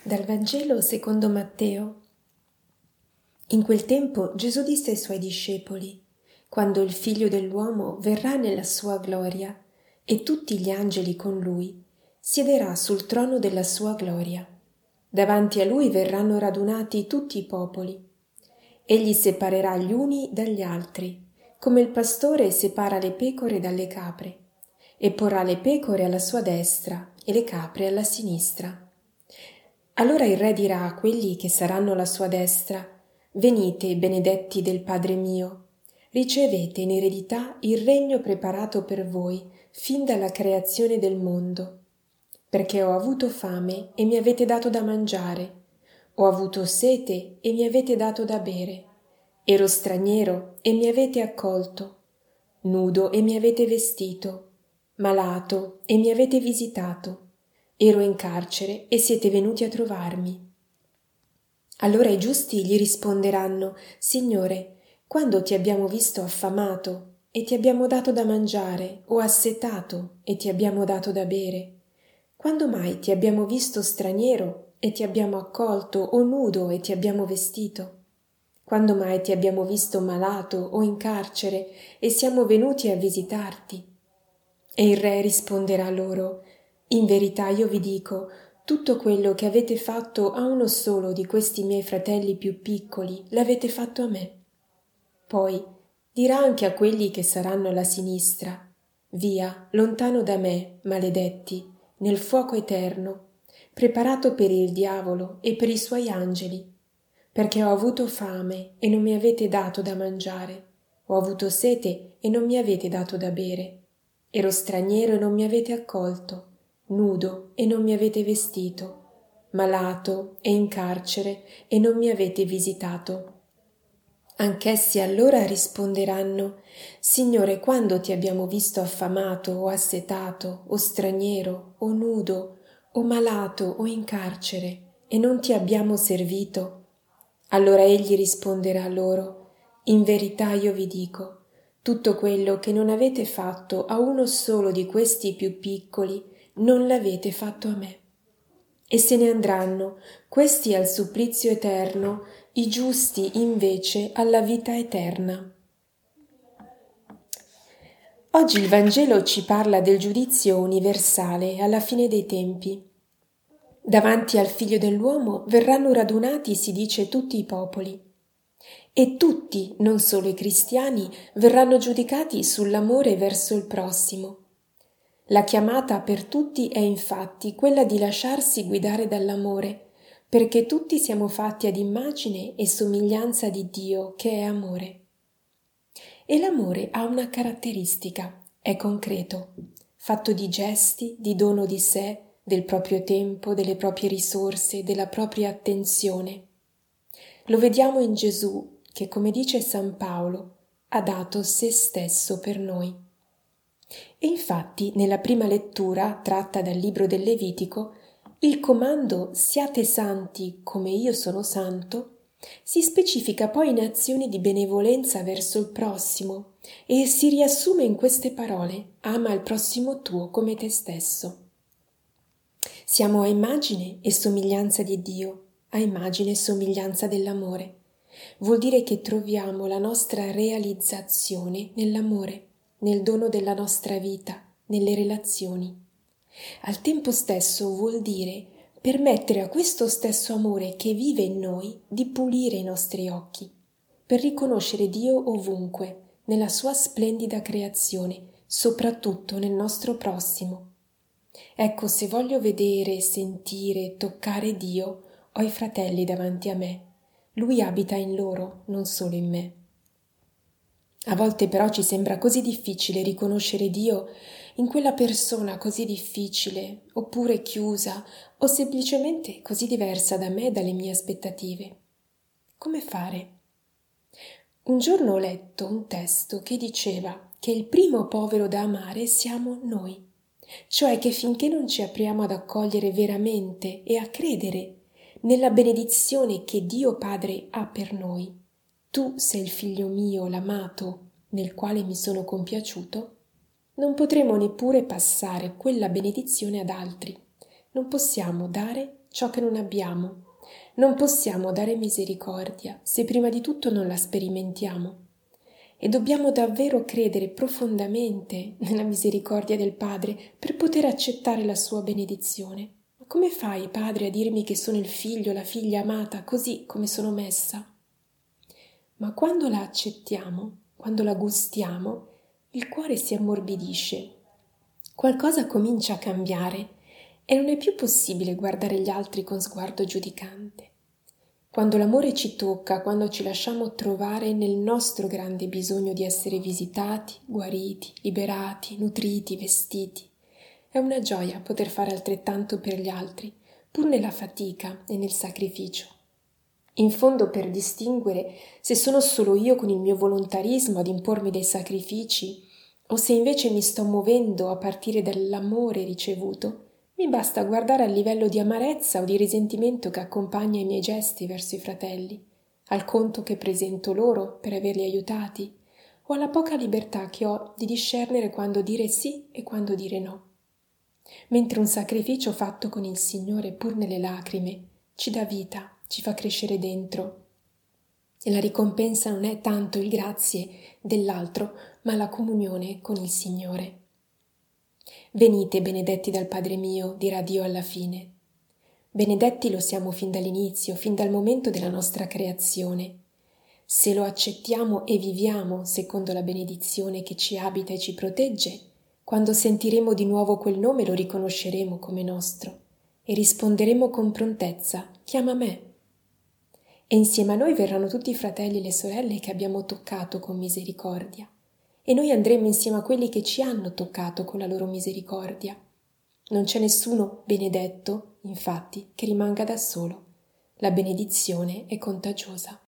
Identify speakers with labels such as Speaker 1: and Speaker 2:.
Speaker 1: Dal Vangelo secondo Matteo. In quel tempo Gesù disse ai suoi discepoli: quando il Figlio dell'uomo verrà nella sua gloria e tutti gli angeli con lui, siederà sul trono della sua gloria. Davanti a lui verranno radunati tutti i popoli. Egli separerà gli uni dagli altri, come il pastore separa le pecore dalle capre, e porrà le pecore alla sua destra e le capre alla sinistra. Allora il re dirà a quelli che saranno alla sua destra: venite, benedetti del Padre mio, ricevete in eredità il regno preparato per voi fin dalla creazione del mondo. Perché ho avuto fame e mi avete dato da mangiare, ho avuto sete e mi avete dato da bere, ero straniero e mi avete accolto, nudo e mi avete vestito, malato e mi avete visitato. Ero in carcere e siete venuti a trovarmi. Allora i giusti gli risponderanno: Signore, quando ti abbiamo visto affamato e ti abbiamo dato da mangiare, o assetato e ti abbiamo dato da bere? Quando mai ti abbiamo visto straniero e ti abbiamo accolto, o nudo e ti abbiamo vestito? Quando mai ti abbiamo visto malato o in carcere e siamo venuti a visitarti? E il re risponderà loro: in verità io vi dico, tutto quello che avete fatto a uno solo di questi miei fratelli più piccoli, l'avete fatto a me. Poi dirà anche a quelli che saranno alla sinistra: via, lontano da me, maledetti, nel fuoco eterno, preparato per il diavolo e per i suoi angeli, perché ho avuto fame e non mi avete dato da mangiare, ho avuto sete e non mi avete dato da bere, ero straniero e non mi avete accolto, nudo e non mi avete vestito, malato e in carcere e non mi avete visitato. Anch'essi allora risponderanno: Signore, quando ti abbiamo visto affamato o assetato o straniero o nudo o malato o in carcere e non ti abbiamo servito? Allora egli risponderà loro: in verità io vi dico, tutto quello che non avete fatto a uno solo di questi più piccoli, non l'avete fatto a me. E se ne andranno, questi al supplizio eterno, i giusti invece alla vita eterna. Oggi il Vangelo ci parla del giudizio universale alla fine dei tempi. Davanti al Figlio dell'uomo verranno radunati, si dice, tutti i popoli. E tutti, non solo i cristiani, verranno giudicati sull'amore verso il prossimo. La chiamata per tutti è infatti quella di lasciarsi guidare dall'amore, perché tutti siamo fatti ad immagine e somiglianza di Dio, che è amore. E l'amore ha una caratteristica, è concreto, fatto di gesti, di dono di sé, del proprio tempo, delle proprie risorse, della propria attenzione. Lo vediamo in Gesù, che, come dice San Paolo, ha dato se stesso per noi. E infatti, nella prima lettura, tratta dal libro del Levitico, il comando «Siate santi come io sono santo» si specifica poi in azioni di benevolenza verso il prossimo e si riassume in queste parole: «Ama il prossimo tuo come te stesso». Siamo a immagine e somiglianza di Dio, a immagine e somiglianza dell'amore. Vuol dire che troviamo la nostra realizzazione nell'amore, nel dono della nostra vita, nelle relazioni. Al tempo stesso vuol dire permettere a questo stesso amore che vive in noi di pulire i nostri occhi, per riconoscere Dio ovunque, nella sua splendida creazione, soprattutto nel nostro prossimo. Ecco, se voglio vedere, sentire, toccare Dio, ho i fratelli davanti a me. Lui abita in loro, non solo in me. A volte però ci sembra così difficile riconoscere Dio in quella persona così difficile, oppure chiusa, o semplicemente così diversa da me e dalle mie aspettative. Come fare? Un giorno ho letto un testo che diceva che il primo povero da amare siamo noi, cioè che finché non ci apriamo ad accogliere veramente e a credere nella benedizione che Dio Padre ha per noi, tu sei il figlio mio, l'amato, nel quale mi sono compiaciuto, non potremo neppure passare quella benedizione ad altri. Non possiamo dare ciò che non abbiamo. Non possiamo dare misericordia se prima di tutto non la sperimentiamo. E dobbiamo davvero credere profondamente nella misericordia del Padre per poter accettare la sua benedizione. Ma come fai, Padre, a dirmi che sono il figlio, la figlia amata, così come sono messa? Ma quando la accettiamo, quando la gustiamo, il cuore si ammorbidisce. Qualcosa comincia a cambiare e non è più possibile guardare gli altri con sguardo giudicante. Quando l'amore ci tocca, quando ci lasciamo trovare nel nostro grande bisogno di essere visitati, guariti, liberati, nutriti, vestiti, è una gioia poter fare altrettanto per gli altri, pur nella fatica e nel sacrificio. In fondo, per distinguere se sono solo io con il mio volontarismo ad impormi dei sacrifici o se invece mi sto muovendo a partire dall'amore ricevuto, mi basta guardare al livello di amarezza o di risentimento che accompagna i miei gesti verso i fratelli, al conto che presento loro per averli aiutati, o alla poca libertà che ho di discernere quando dire sì e quando dire no. Mentre un sacrificio fatto con il Signore, pur nelle lacrime, ci dà vita, ci fa crescere dentro. E la ricompensa non è tanto il grazie dell'altro, ma la comunione con il Signore. Venite, benedetti dal Padre mio, dirà Dio alla fine. Benedetti lo siamo fin dall'inizio, fin dal momento della nostra creazione. Se lo accettiamo e viviamo secondo la benedizione che ci abita e ci protegge, quando sentiremo di nuovo quel nome lo riconosceremo come nostro e risponderemo con prontezza: chiama me. E insieme a noi verranno tutti i fratelli e le sorelle che abbiamo toccato con misericordia. E noi andremo insieme a quelli che ci hanno toccato con la loro misericordia. Non c'è nessuno benedetto, infatti, che rimanga da solo. La benedizione è contagiosa.